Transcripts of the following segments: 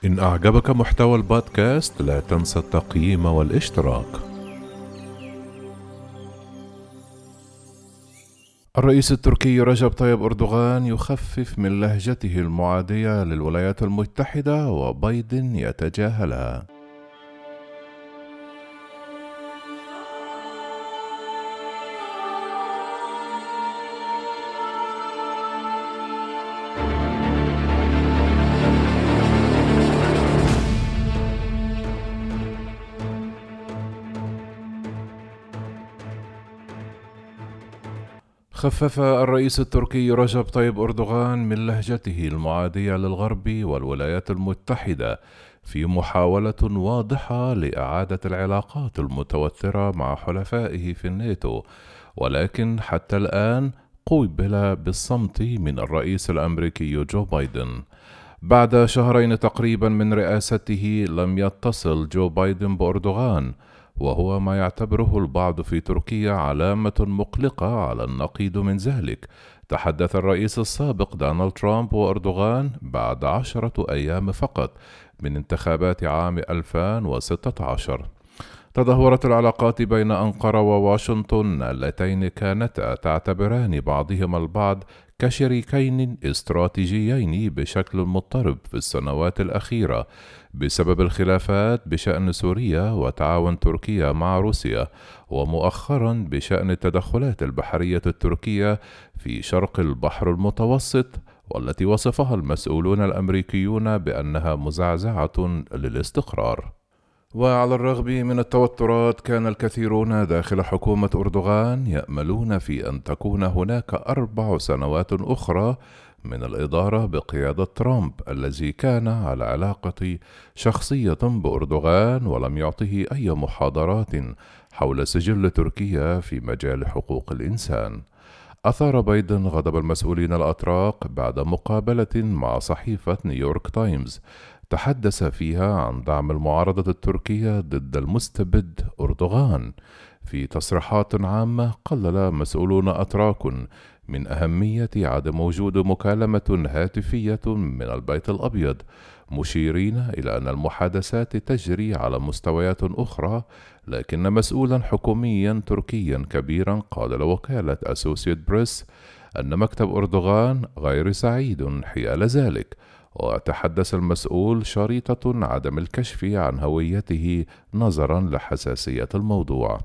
إن أعجبك محتوى البودكاست لا تنسى التقييم والاشتراك. الرئيس التركي رجب طيب أردوغان يخفف من لهجته المعادية للولايات المتحدة وبايدن يتجاهلها. خفف الرئيس التركي رجب طيب أردوغان من لهجته المعادية للغرب والولايات المتحدة في محاولة واضحة لإعادة العلاقات المتوترة مع حلفائه في الناتو، ولكن حتى الآن قوبل بالصمت من الرئيس الأمريكي جو بايدن. بعد شهرين تقريبا من رئاسته لم يتصل جو بايدن بأردوغان، وهو ما يعتبره البعض في تركيا علامة مقلقة على النقيض من ذلك. تحدث الرئيس السابق دونالد ترامب وأردوغان بعد 10 أيام فقط من انتخابات عام 2016. تدهورت العلاقات بين أنقرة وواشنطن اللتين كانتا تعتبران بعضهما البعض كشريكين استراتيجيين بشكل مضطرب في السنوات الأخيرة بسبب الخلافات بشأن سوريا وتعاون تركيا مع روسيا، ومؤخرا بشأن التدخلات البحرية التركية في شرق البحر المتوسط، والتي وصفها المسؤولون الأمريكيون بأنها مزعزعة للاستقرار. وعلى الرغم من التوترات، كان الكثيرون داخل حكومة أردوغان يأملون في أن تكون هناك 4 سنوات أخرى من الإدارة بقيادة ترامب، الذي كان على علاقة شخصية بأردوغان ولم يعطه أي محاضرات حول سجل تركيا في مجال حقوق الإنسان. أثار بايدن غضب المسؤولين الأتراك بعد مقابلة مع صحيفة نيويورك تايمز تحدث فيها عن دعم المعارضة التركية ضد المستبد أردوغان. في تصريحات عامة قلل مسؤولون أتراك من أهمية عدم وجود مكالمة هاتفية من البيت الأبيض، مشيرين إلى أن المحادثات تجري على مستويات أخرى، لكن مسؤولا حكوميا تركيا كبيرا قال لوكالة أسوسييت بريس أن مكتب أردوغان غير سعيد حيال ذلك. وتحدث المسؤول شريطة عدم الكشف عن هويته نظرا لحساسية الموضوع.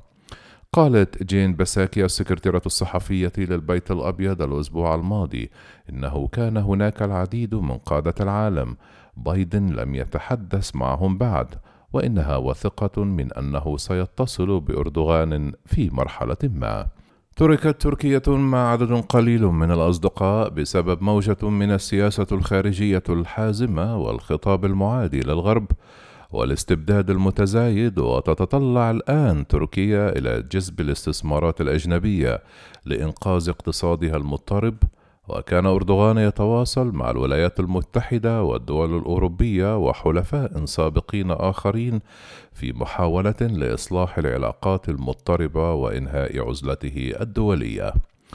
قالت جين بساكي السكرتيرة الصحفية للبيت الأبيض الأسبوع الماضي إنه كان هناك العديد من قادة العالم، بايدن لم يتحدث معهم بعد، وإنها وثقة من أنه سيتصل بأردوغان في مرحلة ما. تركت تركيا مع عدد قليل من الأصدقاء بسبب موجة من السياسة الخارجية الحازمة والخطاب المعادي للغرب والاستبداد المتزايد، وتتطلع الآن تركيا إلى جذب الاستثمارات الأجنبية لإنقاذ اقتصادها المضطرب. وكان أردوغان يتواصل مع الولايات المتحدة والدول الأوروبية وحلفاء سابقين آخرين في محاولة لإصلاح العلاقات المضطربة وإنهاء عزلته الدولية.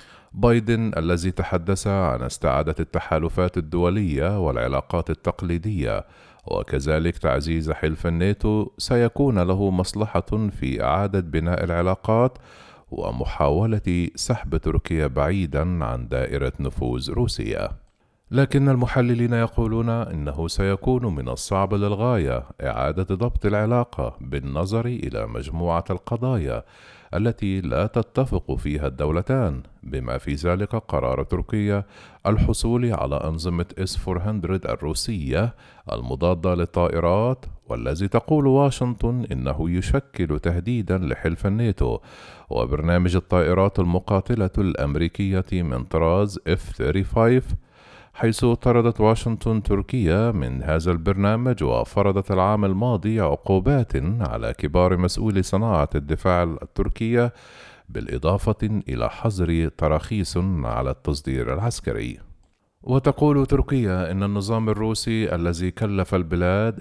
بايدن الذي تحدث عن استعادة التحالفات الدولية والعلاقات التقليدية وكذلك تعزيز حلف الناتو سيكون له مصلحة في إعادة بناء العلاقات ومحاولة سحب تركيا بعيدا عن دائرة نفوذ روسيا. لكن المحللين يقولون إنه سيكون من الصعب للغاية إعادة ضبط العلاقة بالنظر إلى مجموعة القضايا التي لا تتفق فيها الدولتان، بما في ذلك قرار تركيا الحصول على أنظمة S-400 الروسية المضادة للطائرات، والذي تقول واشنطن إنه يشكل تهديدا لحلف الناتو، وبرنامج الطائرات المقاتلة الأمريكية من طراز F-35، حيث طردت واشنطن تركيا من هذا البرنامج، وفرضت العام الماضي عقوبات على كبار مسؤولي صناعة الدفاع التركية، بالإضافة إلى حظر تراخيص على التصدير العسكري. وتقول تركيا إن النظام الروسي الذي كلف البلاد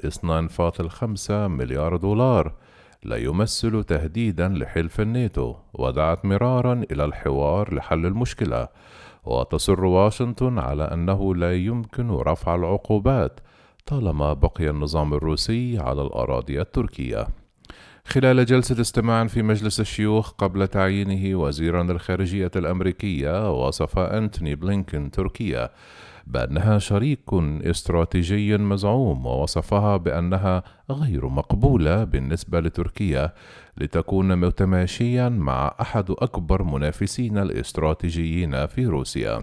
2.5 مليار دولار لا يمثل تهديدا لحلف الناتو، ودعت مرارا إلى الحوار لحل المشكلة، وتصر واشنطن على أنه لا يمكن رفع العقوبات طالما بقي النظام الروسي على الأراضي التركية. خلال جلسة استماع في مجلس الشيوخ قبل تعيينه وزيرا للخارجية الأمريكية، وصف أنتوني بلينكين تركيا بأنها شريك استراتيجي مزعوم، ووصفها بأنها غير مقبولة بالنسبة لتركيا لتكون متماشيا مع أحد أكبر منافسين الاستراتيجيين في روسيا.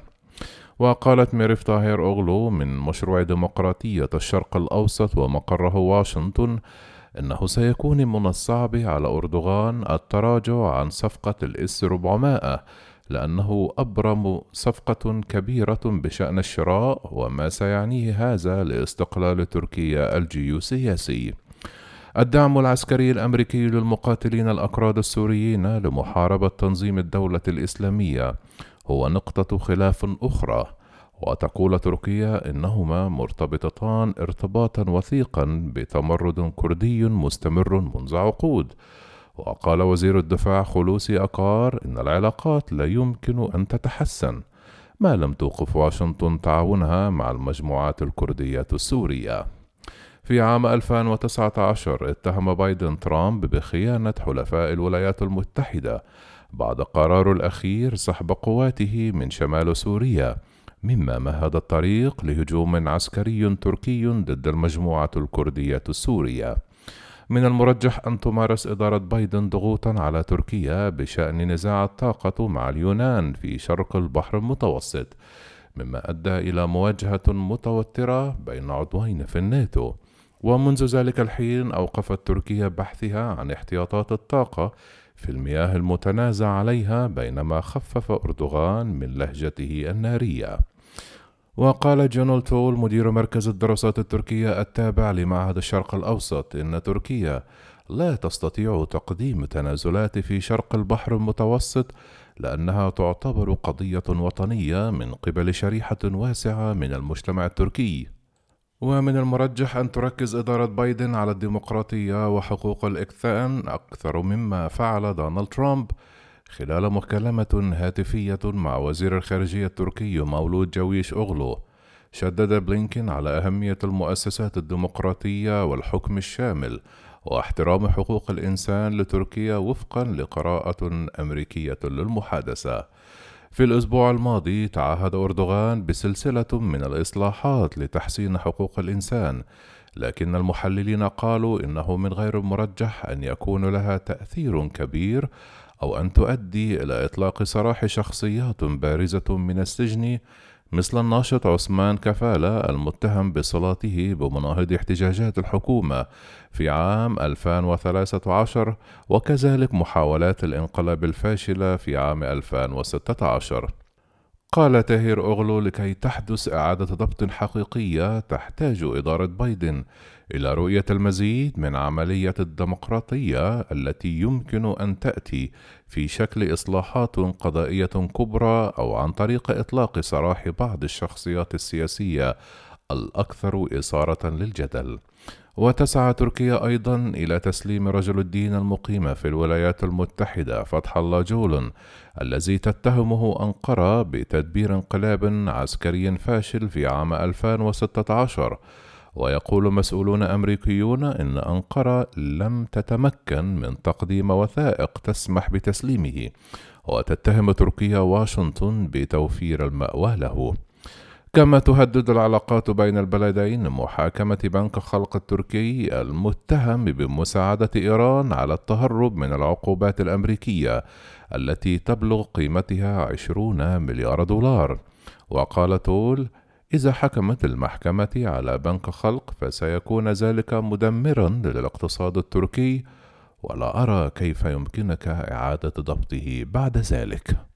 وقالت ميريف طاهر أوغلو من مشروع ديمقراطية الشرق الأوسط ومقره واشنطن إنه سيكون من الصعب على أردوغان التراجع عن صفقة الإس 400 لأنه أبرم صفقة كبيرة بشأن الشراء، وما سيعنيه هذا لاستقلال تركيا الجيوسياسي. الدعم العسكري الأمريكي للمقاتلين الأكراد السوريين لمحاربة تنظيم الدولة الإسلامية هو نقطة خلاف أخرى، وتقول تركيا إنهما مرتبطتان ارتباطا وثيقا بتمرد كردي مستمر منذ عقود. وقال وزير الدفاع خلوصي أقار إن العلاقات لا يمكن أن تتحسن ما لم توقف واشنطن تعاونها مع المجموعات الكردية السورية. في عام 2019 اتهم بايدن ترامب بخيانة حلفاء الولايات المتحدة بعد قراره الأخير سحب قواته من شمال سوريا، مما مهد الطريق لهجوم عسكري تركي ضد المجموعة الكردية السورية. من المرجح أن تمارس إدارة بايدن ضغوطا على تركيا بشأن نزاع الطاقة مع اليونان في شرق البحر المتوسط، مما أدى إلى مواجهة متوترة بين عضوين في الناتو. ومنذ ذلك الحين أوقفت تركيا بحثها عن احتياطات الطاقة في المياه المتنازع عليها، بينما خفف أردوغان من لهجته النارية. وقال جون تول مدير مركز الدراسات التركية التابع لمعهد الشرق الأوسط إن تركيا لا تستطيع تقديم تنازلات في شرق البحر المتوسط لأنها تعتبر قضية وطنية من قبل شريحة واسعة من المجتمع التركي. ومن المرجح أن تركز إدارة بايدن على الديمقراطية وحقوق الإنسان أكثر مما فعل دونالد ترامب. خلال مكالمة هاتفية مع وزير الخارجية التركي مولود جويش أوغلو، شدد بلينكين على أهمية المؤسسات الديمقراطية والحكم الشامل واحترام حقوق الإنسان لتركيا وفقا لقراءة أمريكية للمحادثة. في الأسبوع الماضي تعهد أردوغان بسلسلة من الإصلاحات لتحسين حقوق الإنسان، لكن المحللين قالوا إنه من غير المرجح أن يكون لها تأثير كبير أو أن تؤدي إلى إطلاق سراح شخصيات بارزة من السجن مثل الناشط عثمان كفالة المتهم بصلاته بمناهض احتجاجات الحكومة في عام 2013، وكذلك محاولات الانقلاب الفاشلة في عام 2016. قال تاهير أوغلو لكي تحدث إعادة ضبط حقيقية تحتاج إدارة بايدن إلى رؤية المزيد من عملية الديمقراطية التي يمكن أن تأتي في شكل إصلاحات قضائية كبرى أو عن طريق إطلاق سراح بعض الشخصيات السياسية الأكثر إثارة للجدل. وتسعى تركيا أيضا إلى تسليم رجل الدين المقيم في الولايات المتحدة فتح الله جولن الذي تتهمه أنقرة بتدبير انقلاب عسكري فاشل في عام 2016. ويقول مسؤولون أمريكيون إن أنقرة لم تتمكن من تقديم وثائق تسمح بتسليمه، وتتهم تركيا واشنطن بتوفير المأوى له. كما تهدد العلاقات بين البلدين محاكمة بنك خلق التركي المتهم بمساعدة إيران على التهرب من العقوبات الأمريكية التي تبلغ قيمتها 20 مليار دولار. وقال تول: إذا حكمت المحكمة على بنك خلق فسيكون ذلك مدمرا للاقتصاد التركي، ولا أرى كيف يمكنك إعادة ضبطه بعد ذلك.